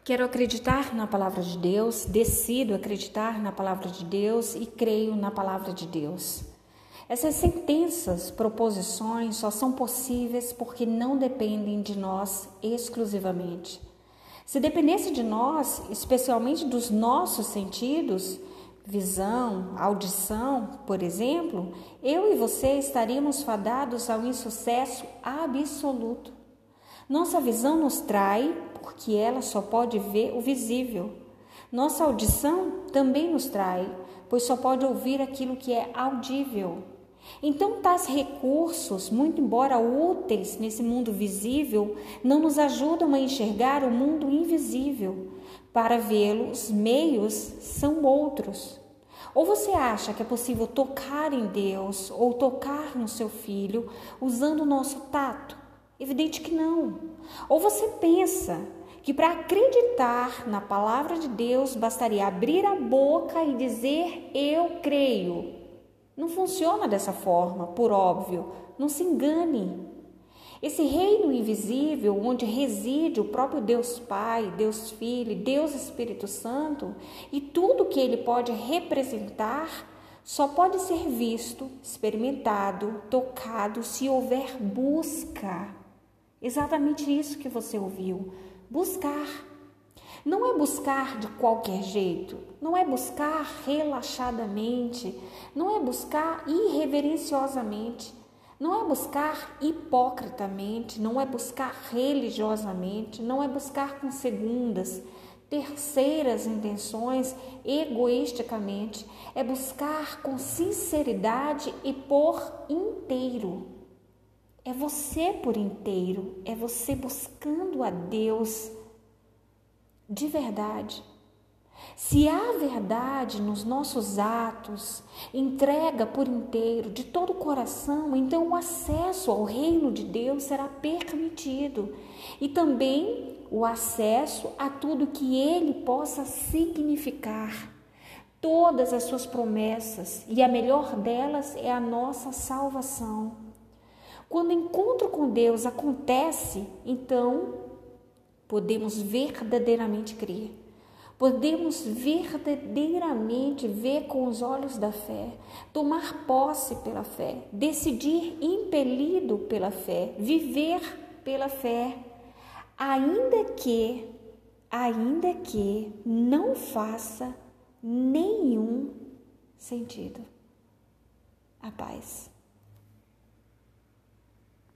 Quero acreditar na palavra de Deus, decido acreditar na palavra de Deus e creio na palavra de Deus. Essas sentenças, proposições só são possíveis porque não dependem de nós exclusivamente. Se dependesse de nós, especialmente dos nossos sentidos, visão, audição, por exemplo, eu e você estaríamos fadados ao insucesso absoluto. Nossa visão nos trai porque ela só pode ver o visível. Nossa audição também nos trai, pois só pode ouvir aquilo que é audível. Então, tais recursos, muito embora úteis nesse mundo visível, não nos ajudam a enxergar o mundo invisível. Para vê-lo, os meios são outros. Ou você acha que é possível tocar em Deus ou tocar no seu filho usando o nosso tato? Evidente que não. Ou você pensa que para acreditar na palavra de Deus bastaria abrir a boca e dizer eu creio? Não funciona dessa forma, por óbvio, não se engane. Esse reino invisível, onde reside o próprio Deus Pai, Deus Filho e Deus Espírito Santo, e tudo que ele pode representar, só pode ser visto, experimentado, tocado, se houver busca. Exatamente isso que você ouviu, buscar. Não é buscar de qualquer jeito, não é buscar relaxadamente, não é buscar irreverenciosamente, não é buscar hipocritamente, não é buscar religiosamente, não é buscar com segundas, terceiras intenções egoisticamente, é buscar com sinceridade e por inteiro. É você por inteiro, é você buscando a Deus de verdade. Se há verdade nos nossos atos, entrega por inteiro, de todo o coração, então o acesso ao reino de Deus será permitido. E também o acesso a tudo que Ele possa significar. Todas as suas promessas, e a melhor delas é a nossa salvação. Quando o encontro com Deus acontece, então podemos verdadeiramente crer. Podemos verdadeiramente ver com os olhos da fé, tomar posse pela fé, decidir impelido pela fé, viver pela fé, ainda que não faça nenhum sentido. A paz.